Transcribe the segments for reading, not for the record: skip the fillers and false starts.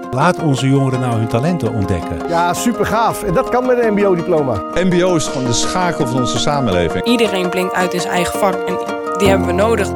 Laat onze jongeren nou hun talenten ontdekken. Ja, super gaaf. En dat kan met een mbo-diploma. MBO is gewoon de schakel van onze samenleving. Iedereen blinkt uit in zijn eigen vak en die hebben we nodig.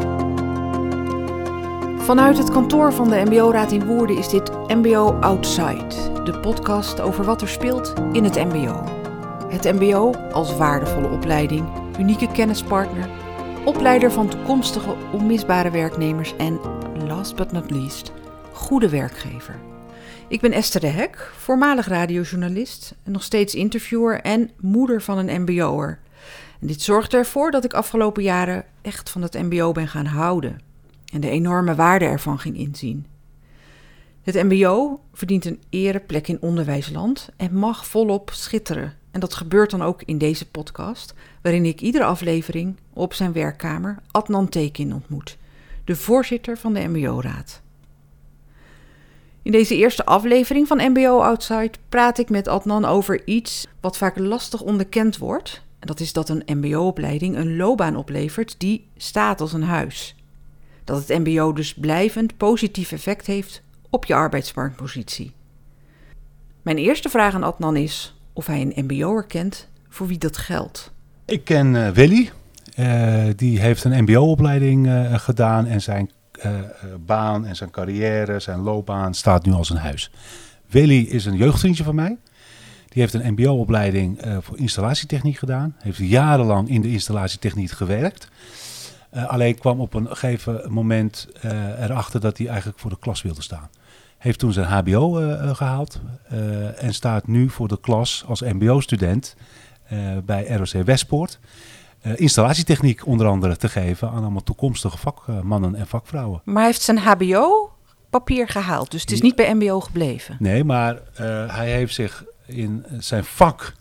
Vanuit het kantoor van de MBO-raad in Woerden is dit MBO Outside. De podcast over wat er speelt in het MBO. Het MBO als waardevolle opleiding, unieke kennispartner, opleider van toekomstige onmisbare werknemers en, last but not least, goede werkgever. Ik ben Esther de Hek, voormalig radiojournalist en nog steeds interviewer en moeder van een MBO'er. En dit zorgt ervoor dat ik afgelopen jaren echt van het MBO ben gaan houden en de enorme waarde ervan ging inzien. Het MBO verdient een ereplek in onderwijsland en mag volop schitteren. En dat gebeurt dan ook in deze podcast, waarin ik iedere aflevering op zijn werkkamer Adnan Tekin ontmoet, de voorzitter van de MBO-raad. In deze eerste aflevering van MBO Outside praat ik met Adnan over iets wat vaak lastig onderkend wordt. En dat is dat een MBO-opleiding een loopbaan oplevert die staat als een huis. Dat het MBO dus blijvend positief effect heeft op je arbeidsmarktpositie. Mijn eerste vraag aan Adnan is of hij een MBO'er kent voor wie dat geldt. Ik ken Willy. Die heeft een MBO-opleiding gedaan en zijn baan en zijn carrière, zijn loopbaan staat nu als een huis. Willy is een jeugdvriendje van mij. Die heeft een MBO-opleiding voor installatietechniek gedaan. Heeft jarenlang in de installatietechniek gewerkt. Alleen kwam op een gegeven moment erachter dat hij eigenlijk voor de klas wilde staan. Heeft toen zijn HBO gehaald en staat nu voor de klas als MBO-student bij ROC Westpoort. Installatietechniek onder andere te geven aan allemaal toekomstige vakmannen en vakvrouwen. Maar hij heeft zijn HBO-papier gehaald, dus het is niet bij MBO gebleven. Nee, maar hij heeft zich in zijn vak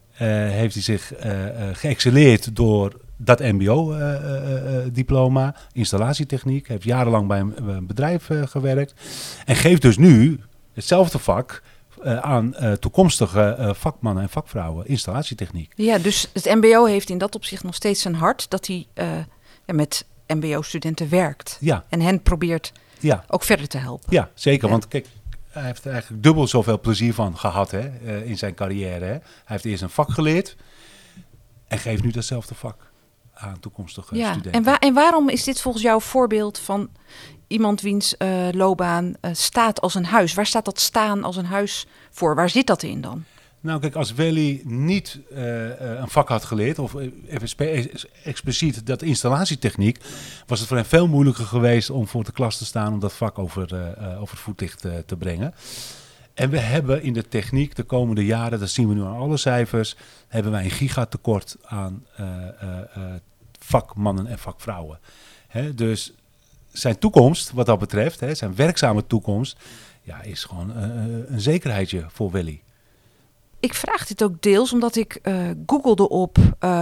geëxcelleerd door dat MBO-diploma, installatietechniek. Heeft jarenlang bij een bedrijf gewerkt en geeft dus nu hetzelfde vak aan toekomstige vakmannen en vakvrouwen, installatietechniek. Ja, dus het MBO heeft in dat opzicht nog steeds zijn hart dat hij met MBO-studenten werkt. Ja. En hen probeert ook verder te helpen. Ja, zeker. Ja. Want kijk, hij heeft er eigenlijk dubbel zoveel plezier van gehad in zijn carrière. Hè. Hij heeft eerst een vak geleerd en geeft nu datzelfde vak aan toekomstige studenten. En waarom is dit volgens jou voorbeeld van iemand wiens loopbaan staat als een huis? Waar staat dat staan als een huis voor? Waar zit dat in dan? Nou kijk, als Willy niet een vak had geleerd, of even expliciet dat installatietechniek, was het voor hem veel moeilijker geweest om voor de klas te staan, om dat vak over het voetlicht te brengen. En we hebben in de techniek de komende jaren, dat zien we nu aan alle cijfers, hebben wij een gigatekort aan vakmannen en vakvrouwen. Dus zijn toekomst, wat dat betreft, zijn werkzame toekomst, is gewoon een zekerheidje voor Willy. Ik vraag dit ook deels omdat ik googelde op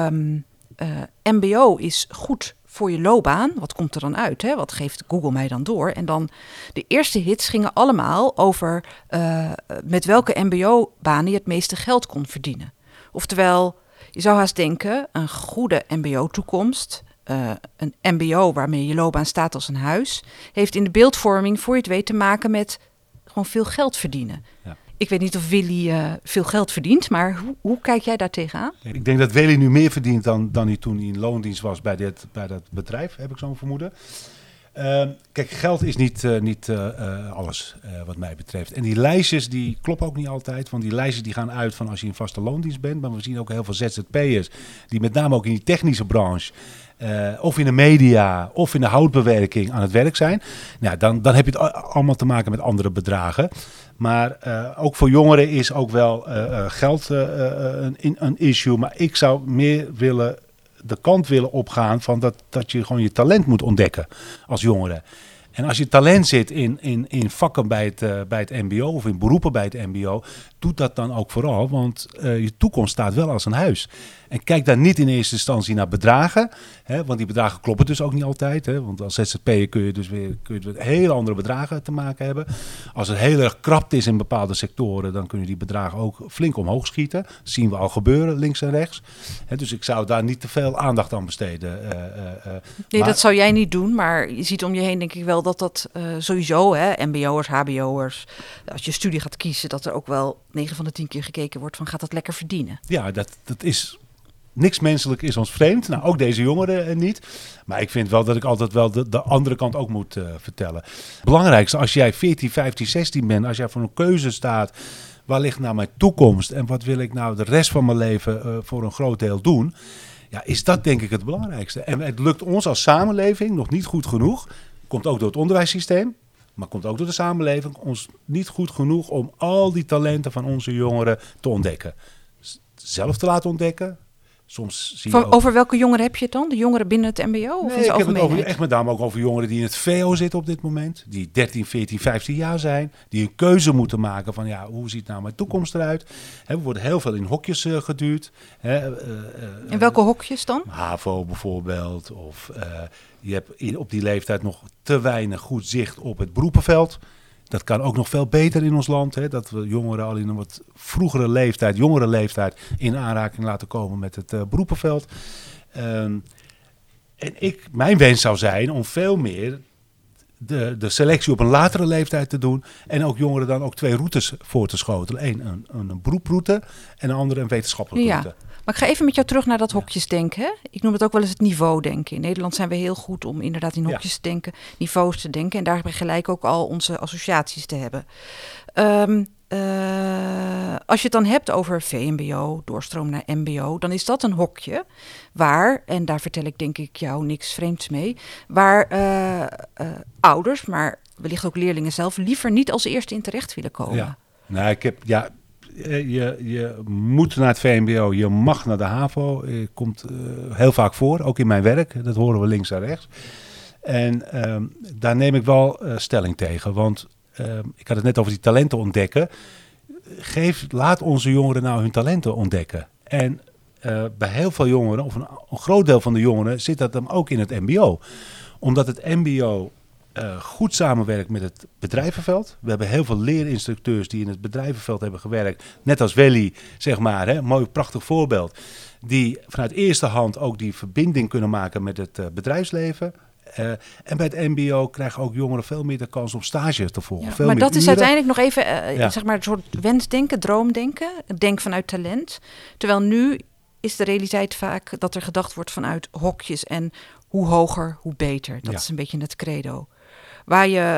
MBO is goed voor je loopbaan. Wat komt er dan uit? Hè? Wat geeft Google mij dan door? En dan de eerste hits gingen allemaal over met welke MBO-baan je het meeste geld kon verdienen. Oftewel, je zou haast denken, een goede MBO-toekomst, een MBO waarmee je loopbaan staat als een huis, heeft in de beeldvorming, voor je het weet, te maken met gewoon veel geld verdienen. Ja. Ik weet niet of Willy veel geld verdient, maar hoe kijk jij daar tegenaan? Ik denk dat Willy nu meer verdient dan hij toen in loondienst was bij dat bedrijf, heb ik zo'n vermoeden. Kijk, geld is niet alles wat mij betreft. En die lijstjes die kloppen ook niet altijd. Want die lijstjes die gaan uit van als je in vaste loondienst bent. Maar we zien ook heel veel ZZP'ers die met name ook in die technische branche, of in de media of in de houtbewerking aan het werk zijn. Nou, dan heb je het allemaal te maken met andere bedragen. Maar ook voor jongeren is ook wel geld een issue. Maar ik zou meer de kant willen opgaan van dat je gewoon je talent moet ontdekken als jongere. En als je talent zit in vakken bij het mbo of in beroepen bij het mbo, doe dat dan ook vooral, want je toekomst staat wel als een huis. En kijk daar niet in eerste instantie naar bedragen, want die bedragen kloppen dus ook niet altijd. Want als ZZP'er kun je dus weer hele andere bedragen te maken hebben. Als het heel erg krapt is in bepaalde sectoren, dan kunnen die bedragen ook flink omhoog schieten. Dat zien we al gebeuren, links en rechts. Dus ik zou daar niet te veel aandacht aan besteden. Nee, dat zou jij niet doen, maar je ziet om je heen denk ik wel dat sowieso, mbo'ers, hbo'ers, als je studie gaat kiezen, dat er ook wel 9 van de 10 keer gekeken wordt van, gaat dat lekker verdienen? Ja, dat is... Niks menselijk is ons vreemd. Nou, ook deze jongeren niet. Maar ik vind wel dat ik altijd wel de andere kant ook moet vertellen. Het belangrijkste, als jij 14, 15, 16 bent, als jij voor een keuze staat, waar ligt nou mijn toekomst en wat wil ik nou de rest van mijn leven voor een groot deel doen, ja, is dat denk ik het belangrijkste. En het lukt ons als samenleving nog niet goed genoeg. Komt ook door het onderwijssysteem, maar komt ook door de samenleving, ons niet goed genoeg om al die talenten van onze jongeren te ontdekken. Zelf te laten ontdekken. Soms zie je Over welke jongeren heb je het dan? De jongeren binnen het mbo? Of nee, ik heb het echt met name ook over jongeren die in het VO zitten op dit moment. Die 13, 14, 15 jaar zijn. Die een keuze moeten maken van hoe ziet nou mijn toekomst eruit? We worden heel veel in hokjes geduwd. In welke hokjes dan? HAVO bijvoorbeeld. Of je hebt op die leeftijd nog te weinig goed zicht op het beroepenveld. Dat kan ook nog veel beter in ons land. Dat we jongeren al in een wat vroegere leeftijd, jongere leeftijd, in aanraking laten komen met het beroepenveld. Mijn wens zou zijn om veel meer de selectie op een latere leeftijd te doen. En ook jongeren dan ook 2 routes voor te schotelen. Eén, een beroeproute en een andere een wetenschappelijke route. Maar ik ga even met jou terug naar dat hokjesdenken. Hè? Ik noem het ook wel eens het niveaudenken. In Nederland zijn we heel goed om inderdaad in hokjes te denken, niveaus te denken. En daar hebben we gelijk ook al onze associaties te hebben. Als je het dan hebt over VMBO, doorstroom naar MBO, dan is dat een hokje waar, en daar vertel ik denk ik jou niks vreemds mee, waar ouders, maar wellicht ook leerlingen zelf, liever niet als eerste in terecht willen komen. Ja. Nou, je moet naar het VMBO, je mag naar de HAVO. Komt heel vaak voor, ook in mijn werk. Dat horen we links en rechts. En daar neem ik wel stelling tegen. Want ik had het net over die talenten ontdekken. Laat onze jongeren nou hun talenten ontdekken. En bij heel veel jongeren, of een groot deel van de jongeren, zit dat dan ook in het mbo. Omdat het mbo goed samenwerkt met het bedrijvenveld. We hebben heel veel leerinstructeurs die in het bedrijvenveld hebben gewerkt. Net als Welly, zeg maar. Een mooi, prachtig voorbeeld. Die vanuit eerste hand ook die verbinding kunnen maken met het bedrijfsleven. En bij het mbo krijgen ook jongeren veel meer de kans om stage te volgen. Ja, veel maar meer dat is uren. uiteindelijk nog even zeg maar een soort wensdenken, droomdenken. Denk vanuit talent. Terwijl nu is de realiteit vaak dat er gedacht wordt vanuit hokjes en hoe hoger, hoe beter. Dat is een beetje het credo. Waar je,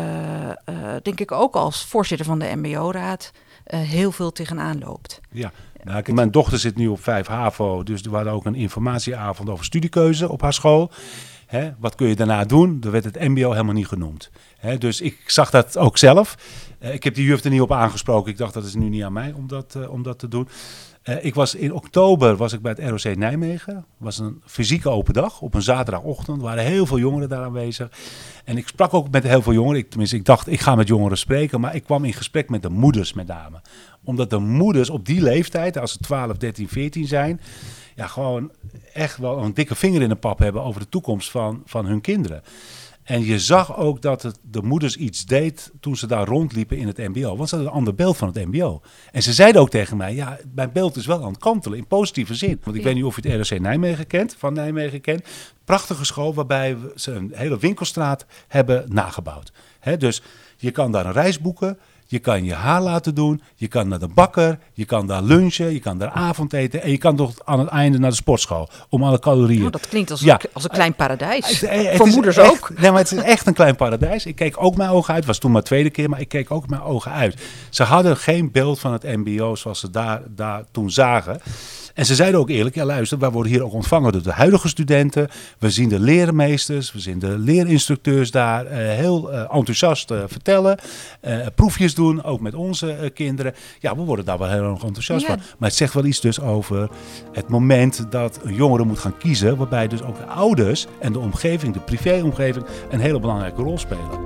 denk ik ook als voorzitter van de mbo-raad heel veel tegenaan loopt. Ja, nou, mijn dochter zit nu op 5 HAVO, dus we hadden ook een informatieavond over studiekeuze op haar school. Wat kun je daarna doen? Er werd het mbo helemaal niet genoemd. Dus ik zag dat ook zelf. Ik heb die juf er niet op aangesproken. Ik dacht, dat is nu niet aan mij om dat te doen. In oktober was ik bij het ROC Nijmegen. Het was een fysieke open dag op een zaterdagochtend. Er waren heel veel jongeren daar aanwezig. En ik sprak ook met heel veel jongeren. Ik dacht, ik ga met jongeren spreken. Maar ik kwam in gesprek met de moeders met name. Omdat de moeders op die leeftijd, als ze 12, 13, 14 zijn, gewoon echt wel een dikke vinger in de pap hebben over de toekomst van hun kinderen. En je zag ook dat de moeders iets deed toen ze daar rondliepen in het mbo. Want ze hadden een ander beeld van het mbo. En ze zeiden ook tegen mij, mijn beeld is wel aan het kantelen in positieve zin. Want ik weet niet of je het ROC Nijmegen kent. Prachtige school waarbij ze een hele winkelstraat hebben nagebouwd. Dus je kan daar een reis boeken. Je kan je haar laten doen, je kan naar de bakker, je kan daar lunchen, je kan daar avondeten en je kan toch aan het einde naar de sportschool om alle calorieën. Oh, dat klinkt als een klein paradijs. Voor moeders echt, ook. Nee, maar het is echt een klein paradijs. Ik keek ook mijn ogen uit. Het was toen maar 2e keer, maar ik keek ook mijn ogen uit. Ze hadden geen beeld van het mbo zoals ze daar toen zagen. En ze zeiden ook eerlijk, luister, wij worden hier ook ontvangen door de huidige studenten. We zien de leermeesters, we zien de leerinstructeurs daar heel enthousiast vertellen. Proefjes doen, ook met onze kinderen. Ja, we worden daar wel heel erg enthousiast van. Maar het zegt wel iets dus over het moment dat een jongere moet gaan kiezen, waarbij dus ook de ouders en de omgeving, de privéomgeving, een hele belangrijke rol spelen.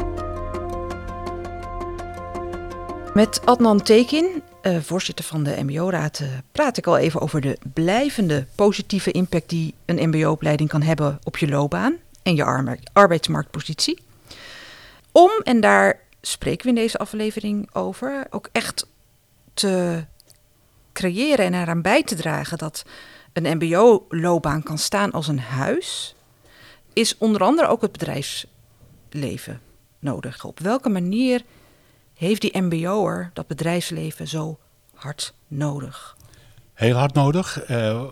Met Adnan Tekin, voorzitter van de mbo-raad, praat ik al even over de blijvende positieve impact die een mbo-opleiding kan hebben op je loopbaan en je arbeidsmarktpositie. En daar spreken we in deze aflevering over, ook echt te creëren en eraan bij te dragen dat een mbo-loopbaan kan staan als een huis, is onder andere ook het bedrijfsleven nodig? Op welke manier heeft die mbo'er dat bedrijfsleven zo hard nodig? Heel hard nodig.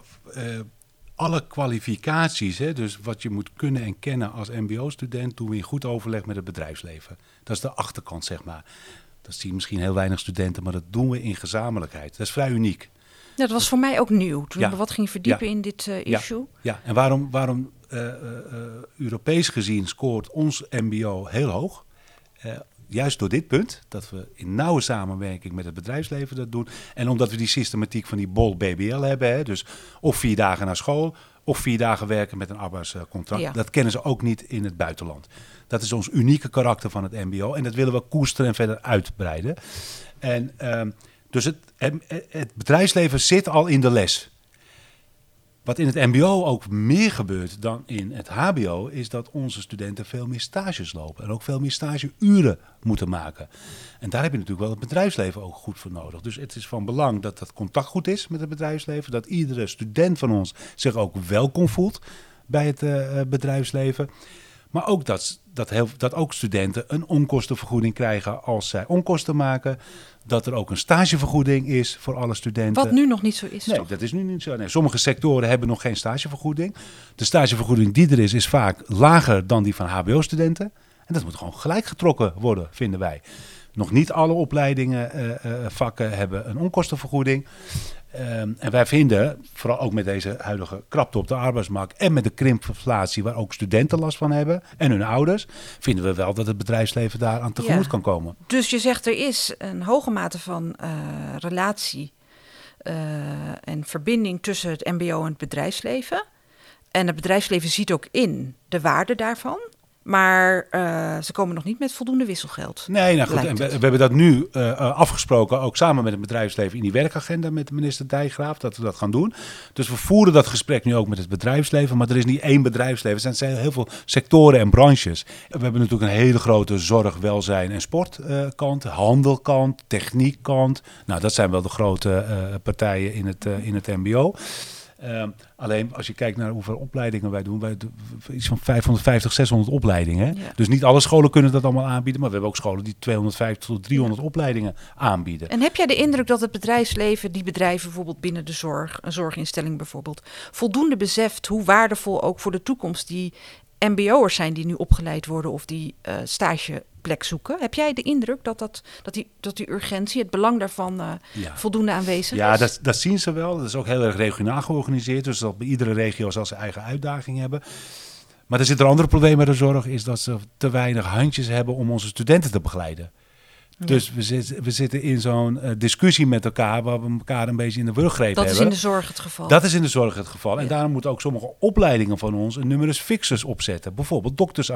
Alle kwalificaties, dus wat je moet kunnen en kennen als mbo-student, doen we in goed overleg met het bedrijfsleven. Dat is de achterkant, zeg maar. Dat zien misschien heel weinig studenten, maar dat doen we in gezamenlijkheid. Dat is vrij uniek. Ja, dat was voor mij ook nieuw, toen ik wat ging verdiepen in dit issue. Ja, en waarom Europees gezien scoort ons mbo heel hoog? Juist door dit punt, dat we in nauwe samenwerking met het bedrijfsleven dat doen. En omdat we die systematiek van die BOL-BBL hebben. Dus of 4 dagen naar school, of 4 dagen werken met een arbeidscontract. Ja. Dat kennen ze ook niet in het buitenland. Dat is ons unieke karakter van het mbo. En dat willen we koesteren en verder uitbreiden. En dus het bedrijfsleven zit al in de les. Wat in het mbo ook meer gebeurt dan in het hbo... is dat onze studenten veel meer stages lopen. En ook veel meer stageuren moeten maken. En daar heb je natuurlijk wel het bedrijfsleven ook goed voor nodig. Dus het is van belang dat dat contact goed is met het bedrijfsleven. Dat iedere student van ons zich ook welkom voelt bij het bedrijfsleven. Maar ook dat ook studenten een onkostenvergoeding krijgen als zij onkosten maken. Dat er ook een stagevergoeding is voor alle studenten. Wat nu nog niet zo is, Nee, toch? Dat is nu niet zo. Nee, sommige sectoren hebben nog geen stagevergoeding. De stagevergoeding die er is vaak lager dan die van hbo-studenten. En dat moet gewoon gelijk getrokken worden, vinden wij. Nog niet alle opleidingen, vakken hebben een onkostenvergoeding. En wij vinden, vooral ook met deze huidige krapte op de arbeidsmarkt en met de krimpinflatie waar ook studenten last van hebben en hun ouders, vinden we wel dat het bedrijfsleven daar aan tegemoet kan komen. Dus je zegt er is een hoge mate van relatie en verbinding tussen het mbo en het bedrijfsleven. En het bedrijfsleven ziet ook in de waarde daarvan. Maar ze komen nog niet met voldoende wisselgeld. Nee, nou goed. En we hebben dat nu afgesproken, ook samen met het bedrijfsleven in die werkagenda met minister Dijkgraaf, dat we dat gaan doen. Dus we voeren dat gesprek nu ook met het bedrijfsleven. Maar er is niet één bedrijfsleven. Er zijn heel veel sectoren en branches. We hebben natuurlijk een hele grote zorg, welzijn en sportkant, handelkant, techniekkant. Nou, dat zijn wel de grote partijen in het mbo. Alleen als je kijkt naar hoeveel opleidingen wij doen, iets van 550, 600 opleidingen. Ja. Dus niet alle scholen kunnen dat allemaal aanbieden, maar we hebben ook scholen die 250 tot 300 opleidingen aanbieden. En heb jij de indruk dat het bedrijfsleven, die bedrijven bijvoorbeeld binnen de zorg, een zorginstelling bijvoorbeeld, voldoende beseft hoe waardevol ook voor de toekomst die mbo'ers zijn die nu opgeleid worden of die stageplek zoeken? Heb jij de indruk dat die urgentie, het belang daarvan voldoende aanwezig is? Ja, dat zien ze wel. Dat is ook heel erg regionaal georganiseerd. Dus dat bij iedere regio zal zijn eigen uitdaging hebben. Maar er zit een ander probleem bij de zorg, is dat ze te weinig handjes hebben om onze studenten te begeleiden. Ja. Dus we zitten in zo'n discussie met elkaar waar we elkaar een beetje in de wurggreep hebben. Dat is in de zorg het geval. Dat is in de zorg het geval. Ja. En daarom moeten ook sommige opleidingen van ons een numerus fixus opzetten. Bijvoorbeeld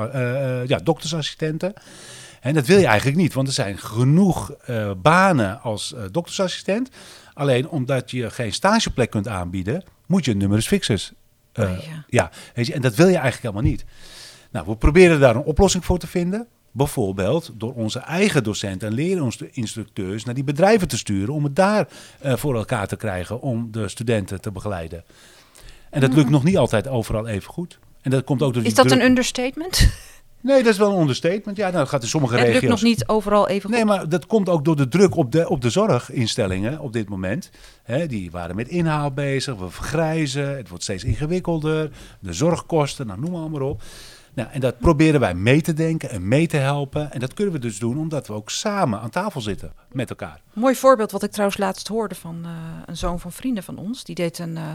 doktersassistenten. En dat wil je eigenlijk niet, want er zijn genoeg banen als doktersassistent. Alleen omdat je geen stageplek kunt aanbieden, moet je een numerus fixus. Weet je, en dat wil je eigenlijk helemaal niet. Nou, we proberen daar een oplossing voor te vinden. Bijvoorbeeld door onze eigen docenten en leerinstructeurs naar die bedrijven te sturen om het daar voor elkaar te krijgen om de studenten te begeleiden. En dat lukt nog niet altijd overal even goed. En dat komt ook door die Is dat een understatement? Nee, dat is wel een understatement. Ja, nou, dat gaat in sommige regio's. Het lukt nog niet overal even goed. Nee, maar dat komt ook door de druk op de zorginstellingen op dit moment. Die waren met inhaal bezig, we vergrijzen, het wordt steeds ingewikkelder, de zorgkosten, nou, noem maar allemaal op. Nou, en dat proberen wij mee te denken en mee te helpen. En dat kunnen we dus doen omdat we ook samen aan tafel zitten met elkaar. Mooi voorbeeld wat ik trouwens laatst hoorde van een zoon van vrienden van ons. Die deed een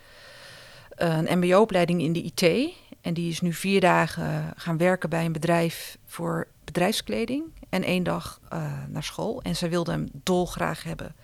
mbo-opleiding in de IT. En die is nu 4 dagen gaan werken bij een bedrijf voor bedrijfskleding. En 1 dag naar school. En zij wilde hem dolgraag hebben.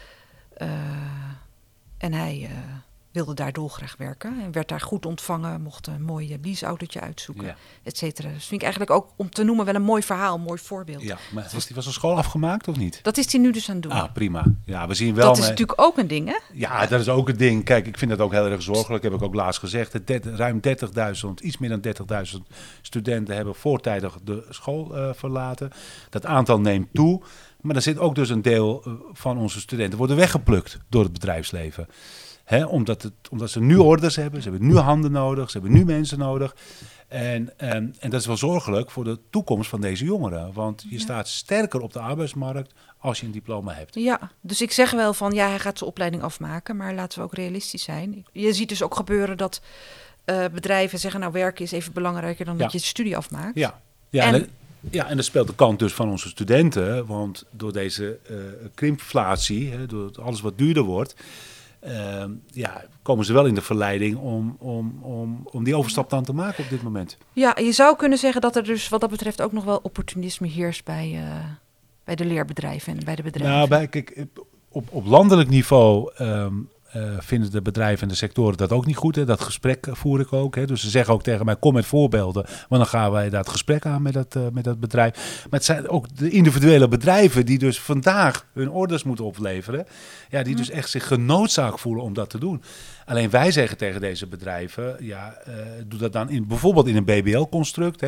En hij wilde daar dolgraag werken. En werd daar goed ontvangen. Mocht een mooi leaseautootje uitzoeken, et cetera. Dus vind ik eigenlijk ook om te noemen wel een mooi verhaal, een mooi voorbeeld. Ja, maar was de school afgemaakt of niet? Dat is hij nu dus aan het doen. Ah, prima. Ja, we zien wel. Dat is natuurlijk ook een ding, hè? Ja, dat is ook een ding. Kijk, ik vind dat ook heel erg zorgelijk. Heb ik ook laatst gezegd. Ruim 30.000, iets meer dan 30.000 studenten hebben voortijdig de school verlaten. Dat aantal neemt toe. Maar er zit ook dus een deel van onze studenten worden weggeplukt door het bedrijfsleven. Omdat ze nu orders hebben, ze hebben nu handen nodig, ze hebben nu mensen nodig. En dat is wel zorgelijk voor de toekomst van deze jongeren. Want je staat sterker op de arbeidsmarkt als je een diploma hebt. Ja, dus ik zeg wel van hij gaat zijn opleiding afmaken, maar laten we ook realistisch zijn. Je ziet dus ook gebeuren dat bedrijven zeggen, nou werken is even belangrijker dan dat je de studie afmaakt. En dat speelt de kant dus van onze studenten. Want door deze krimpflatie, door alles wat duurder wordt, komen ze wel in de verleiding om die overstap dan te maken op dit moment. Ja, je zou kunnen zeggen dat er dus wat dat betreft ook nog wel opportunisme heerst bij de leerbedrijven en bij de bedrijven. Nou, op landelijk niveau vinden de bedrijven en de sectoren dat ook niet goed. Hè? Dat gesprek voer ik ook. Hè? Dus ze zeggen ook tegen mij, kom met voorbeelden. Want dan gaan wij dat gesprek aan met dat bedrijf. Maar het zijn ook de individuele bedrijven die dus vandaag hun orders moeten opleveren. Ja, die dus echt zich genoodzaakt voelen om dat te doen. Alleen wij zeggen tegen deze bedrijven, doe dat dan bijvoorbeeld in een BBL-construct.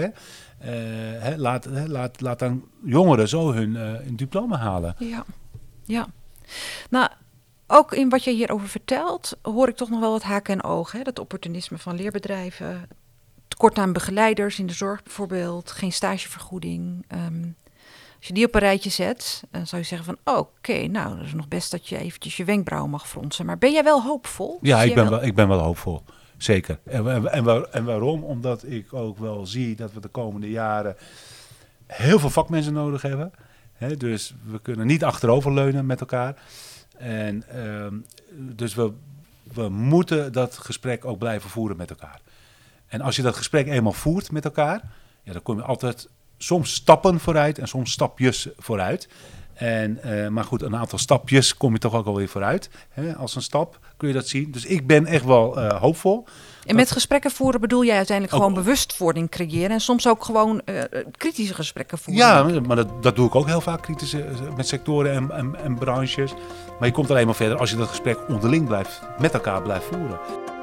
Laat dan jongeren zo hun diploma halen. Ja. Nou, ook in wat je hierover vertelt, hoor ik toch nog wel wat haken en ogen. Hè? Dat opportunisme van leerbedrijven, tekort aan begeleiders in de zorg bijvoorbeeld, geen stagevergoeding. Als je die op een rijtje zet, dan zou je zeggen van oké, nou, dat is nog best dat je eventjes je wenkbrauwen mag fronsen. Maar ben jij wel hoopvol? Ja, ik ben wel hoopvol. Zeker. En waarom? Omdat ik ook wel zie dat we de komende jaren heel veel vakmensen nodig hebben. Dus we kunnen niet achteroverleunen met elkaar. En dus we moeten dat gesprek ook blijven voeren met elkaar. En als je dat gesprek eenmaal voert met elkaar, dan kom je altijd soms stappen vooruit en soms stapjes vooruit. Maar goed, een aantal stapjes kom je toch ook alweer vooruit. Als een stap kun je dat zien. Dus ik ben echt wel hoopvol. En met gesprekken voeren bedoel jij uiteindelijk gewoon bewustwording creëren en soms ook gewoon kritische gesprekken voeren? Ja, maar dat doe ik ook heel vaak, kritische met sectoren en branches. Maar je komt alleen maar verder als je dat gesprek onderling met elkaar blijft voeren.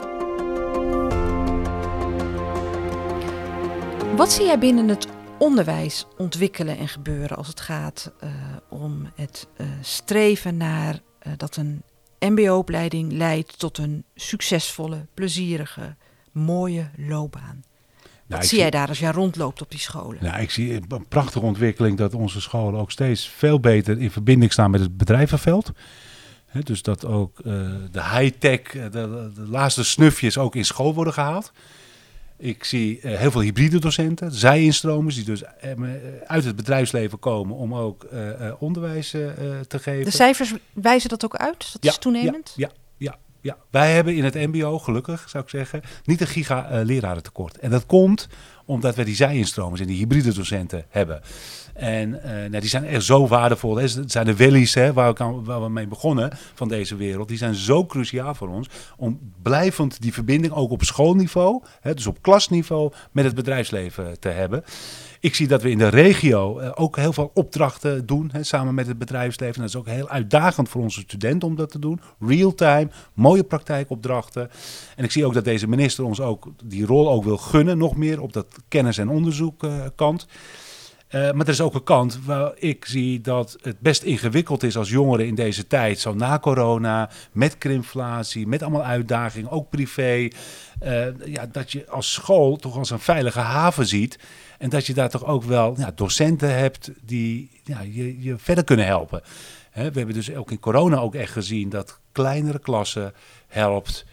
Wat zie jij binnen het onderwijs ontwikkelen en gebeuren als het gaat om het streven naar dat een mbo-opleiding leidt tot een succesvolle, plezierige, mooie loopbaan? Wat zie jij daar als jij rondloopt op die scholen? Nou, ik zie een prachtige ontwikkeling dat onze scholen ook steeds veel beter in verbinding staan met het bedrijvenveld. Dus dat ook de high-tech, de laatste snufjes ook in school worden gehaald. Ik zie heel veel hybride docenten, zij-instromers die dus uit het bedrijfsleven komen om ook onderwijs te geven. De cijfers wijzen dat ook uit? Dat is toenemend? Ja. Wij hebben in het mbo, gelukkig zou ik zeggen, niet een giga-lerarentekort. En dat komt omdat we die zij-instromers en die hybride docenten hebben. En die zijn echt zo waardevol. Het zijn de wellies waar we mee begonnen van deze wereld. Die zijn zo cruciaal voor ons om blijvend die verbinding ook op schoolniveau, dus op klasniveau, met het bedrijfsleven te hebben. Ik zie dat we in de regio ook heel veel opdrachten doen samen met het bedrijfsleven. Dat is ook heel uitdagend voor onze studenten om dat te doen. Real-time, mooie praktijkopdrachten. En ik zie ook dat deze minister ons ook die rol ook wil gunnen, nog meer op dat kennis- en onderzoekkant. Maar er is ook een kant waar ik zie dat het best ingewikkeld is als jongeren in deze tijd. Zo na corona, met krimpflatie, met allemaal uitdagingen, ook privé. Dat je als school toch als een veilige haven ziet. En dat je daar toch ook wel docenten hebt die je verder kunnen helpen. We hebben dus ook in corona ook echt gezien dat kleinere klassen helpt.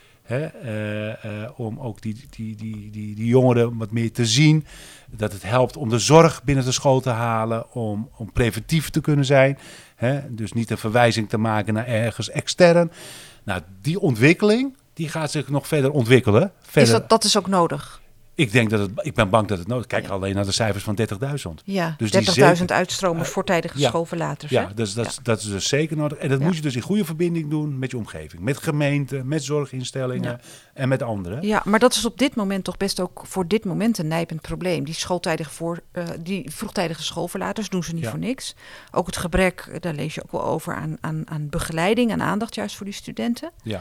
Om ook die jongeren wat meer te zien. Dat het helpt om de zorg binnen de school te halen. Om preventief te kunnen zijn. Dus niet een verwijzing te maken naar ergens extern. Nou, die ontwikkeling die gaat zich nog verder ontwikkelen. Dat is ook nodig? Ik ben bang dat het nodig is. Kijk alleen naar de cijfers van 30.000. Ja, dus 30.000 uitstromers voortijdige schoolverlaters. Ja, dat is dus zeker nodig. En dat moet je dus in goede verbinding doen met je omgeving. Met gemeenten, met zorginstellingen en met anderen. Ja, maar dat is op dit moment toch best ook voor dit moment een nijpend probleem. Die vroegtijdige schoolverlaters doen ze niet voor niks. Ook het gebrek, daar lees je ook wel over, aan begeleiding, aan aandacht juist voor die studenten. Ja.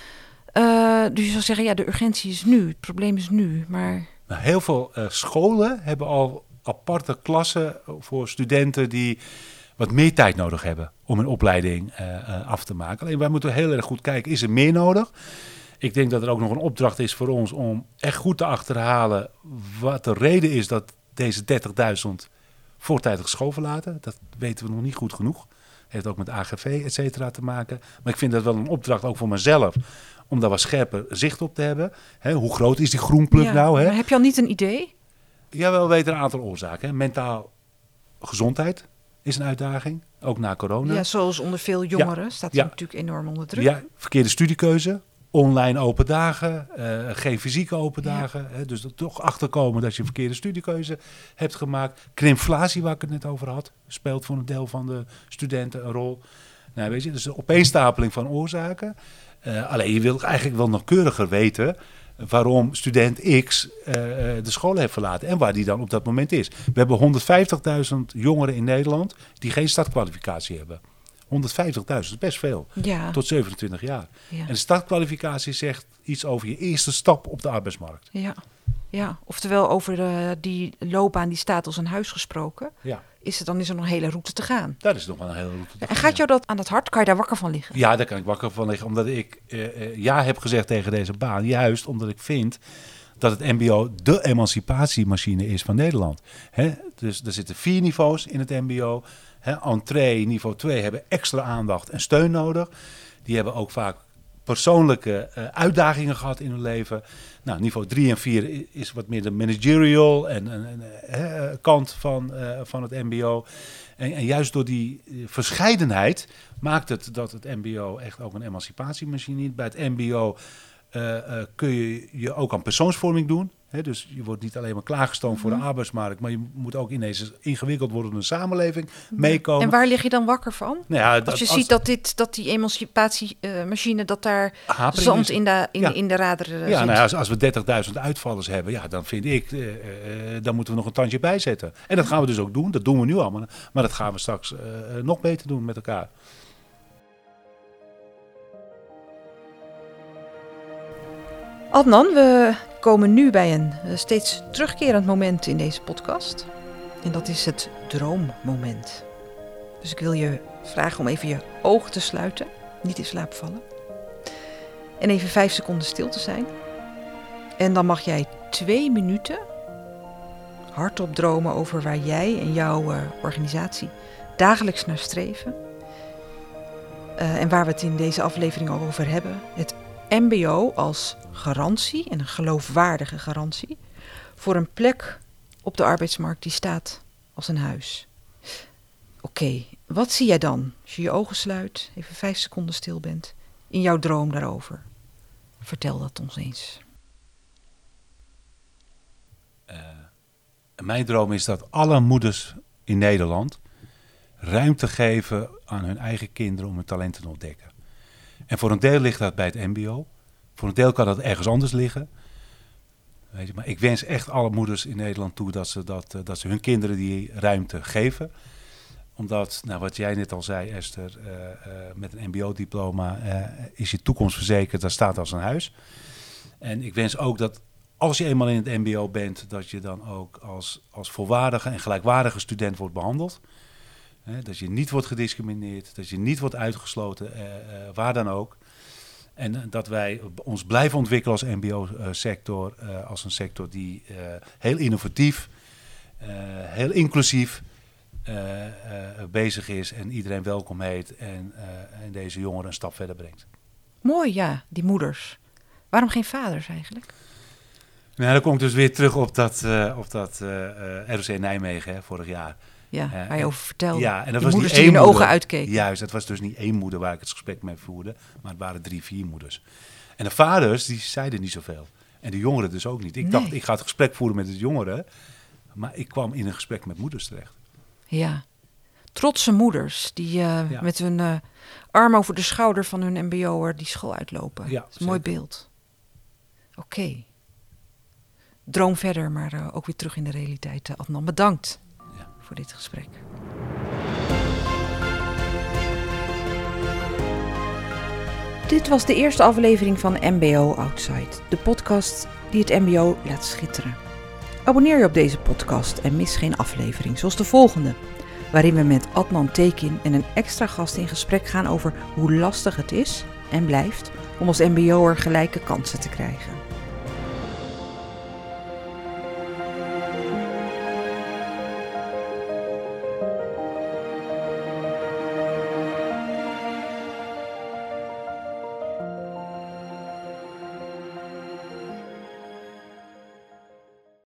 Dus je zou zeggen, de urgentie is nu, het probleem is nu, maar... Nou, heel veel scholen hebben al aparte klassen voor studenten die wat meer tijd nodig hebben om een opleiding af te maken. Alleen wij moeten heel erg goed kijken, is er meer nodig? Ik denk dat er ook nog een opdracht is voor ons om echt goed te achterhalen wat de reden is dat deze 30.000 voortijdig school verlaten. Dat weten we nog niet goed genoeg. Heeft ook met AGV, et cetera, te maken. Maar ik vind dat wel een opdracht ook voor mezelf om daar wat scherper zicht op te hebben. Hoe groot is die groenpluk nou? Maar heb je al niet een idee? Ja, we weten een aantal oorzaken. Mentaal gezondheid is een uitdaging, ook na corona. Ja, zoals onder veel jongeren staat hij natuurlijk enorm onder druk. Ja, verkeerde studiekeuze, online open dagen, geen fysieke open dagen. Dus er toch achterkomen dat je een verkeerde studiekeuze hebt gemaakt. Krimflatie, waar ik het net over had, speelt voor een deel van de studenten een rol. Nou, weet je, dus de opeenstapeling van oorzaken. Alleen je wil eigenlijk wel nauwkeuriger weten waarom student X de school heeft verlaten en waar die dan op dat moment is. We hebben 150.000 jongeren in Nederland die geen startkwalificatie hebben. 150.000, dat is best veel. Ja. Tot 27 jaar. Ja. En de startkwalificatie zegt iets over je eerste stap op de arbeidsmarkt. Ja. Oftewel over die loopbaan die staat als een huis gesproken. Ja. Is er nog een hele route te gaan. Dat is nog wel een hele route te gaan. En gaat jou dat aan het hart? Kan je daar wakker van liggen? Ja, daar kan ik wakker van liggen. Omdat ik ja heb gezegd tegen deze baan. Juist omdat ik vind dat het mbo de emancipatiemachine is van Nederland. Dus er zitten 4 niveaus in het mbo. Entree, niveau 2 hebben extra aandacht en steun nodig. Die hebben ook vaak persoonlijke uitdagingen gehad in hun leven. Nou, niveau 3 en 4 is wat meer de managerial kant van het mbo. En juist door die verscheidenheid maakt het dat het mbo echt ook een emancipatiemachine is. Bij het mbo kun je ook aan persoonsvorming doen. Dus je wordt niet alleen maar klaargestoomd voor de arbeidsmarkt, maar je moet ook in deze ingewikkeld wordende samenleving meekomen. En waar lig je dan wakker van? Nou ja, als je ziet dat die emancipatiemachine, dat daar zand in de raderen zit. Ja, nou ja, als we 30.000 uitvallers hebben, dan vind ik, dan moeten we nog een tandje bijzetten. En dat gaan we dus ook doen. Dat doen we nu allemaal. Maar dat gaan we straks nog beter doen met elkaar. Adnan, we komen nu bij een steeds terugkerend moment in deze podcast. En dat is het droommoment. Dus ik wil je vragen om even je ogen te sluiten, niet in slaap vallen. En even 5 seconden stil te zijn. En dan mag jij 2 minuten hardop dromen over waar jij en jouw organisatie dagelijks naar streven. En waar we het in deze aflevering ook over hebben. Het mbo als garantie, en een geloofwaardige garantie, voor een plek op de arbeidsmarkt die staat als een huis. Oké, wat zie jij dan als je je ogen sluit, even 5 seconden stil bent, in jouw droom daarover? Vertel dat ons eens. Mijn droom is dat alle moeders in Nederland ruimte geven aan hun eigen kinderen om hun talenten te ontdekken. En voor een deel ligt dat bij het mbo. Voor een deel kan dat ergens anders liggen. Weet je, maar ik wens echt alle moeders in Nederland toe dat ze hun kinderen die ruimte geven. Omdat, nou, wat jij net al zei, Esther, met een mbo-diploma is je toekomst verzekerd. Dat staat als een huis. En ik wens ook dat als je eenmaal in het mbo bent, dat je dan ook als volwaardige en gelijkwaardige student wordt behandeld. Dat je niet wordt gediscrimineerd, dat je niet wordt uitgesloten, waar dan ook. En dat wij ons blijven ontwikkelen als mbo-sector, als een sector die heel innovatief, heel inclusief bezig is en iedereen welkom heet en deze jongeren een stap verder brengt. Mooi, ja, die moeders. Waarom geen vaders eigenlijk? Nou, dan kom ik dus weer terug op dat ROC Nijmegen vorig jaar. Ja, waar je over vertelde. Ja, en dat die was moeders niet die in de één ogen moeder. uitkeken. Juist, het was dus niet 1 moeder waar ik het gesprek mee voerde, maar het waren 3, 4 moeders. En de vaders, die zeiden niet zoveel. En de jongeren dus ook niet. Ik dacht, ik ga het gesprek voeren met de jongeren, maar ik kwam in een gesprek met moeders terecht. Ja, trotse moeders die met hun arm over de schouder van hun mbo'er die school uitlopen. Ja, dat is een mooi beeld. Oké. Droom verder, maar ook weer terug in de realiteit. Adnan, bedankt voor dit gesprek. Dit was de eerste aflevering van MBO Outside, de podcast die het mbo laat schitteren. Abonneer je op deze podcast en mis geen aflevering, zoals de volgende, waarin we met Adnan Tekin en een extra gast in gesprek gaan over hoe lastig het is en blijft om als mbo'er gelijke kansen te krijgen.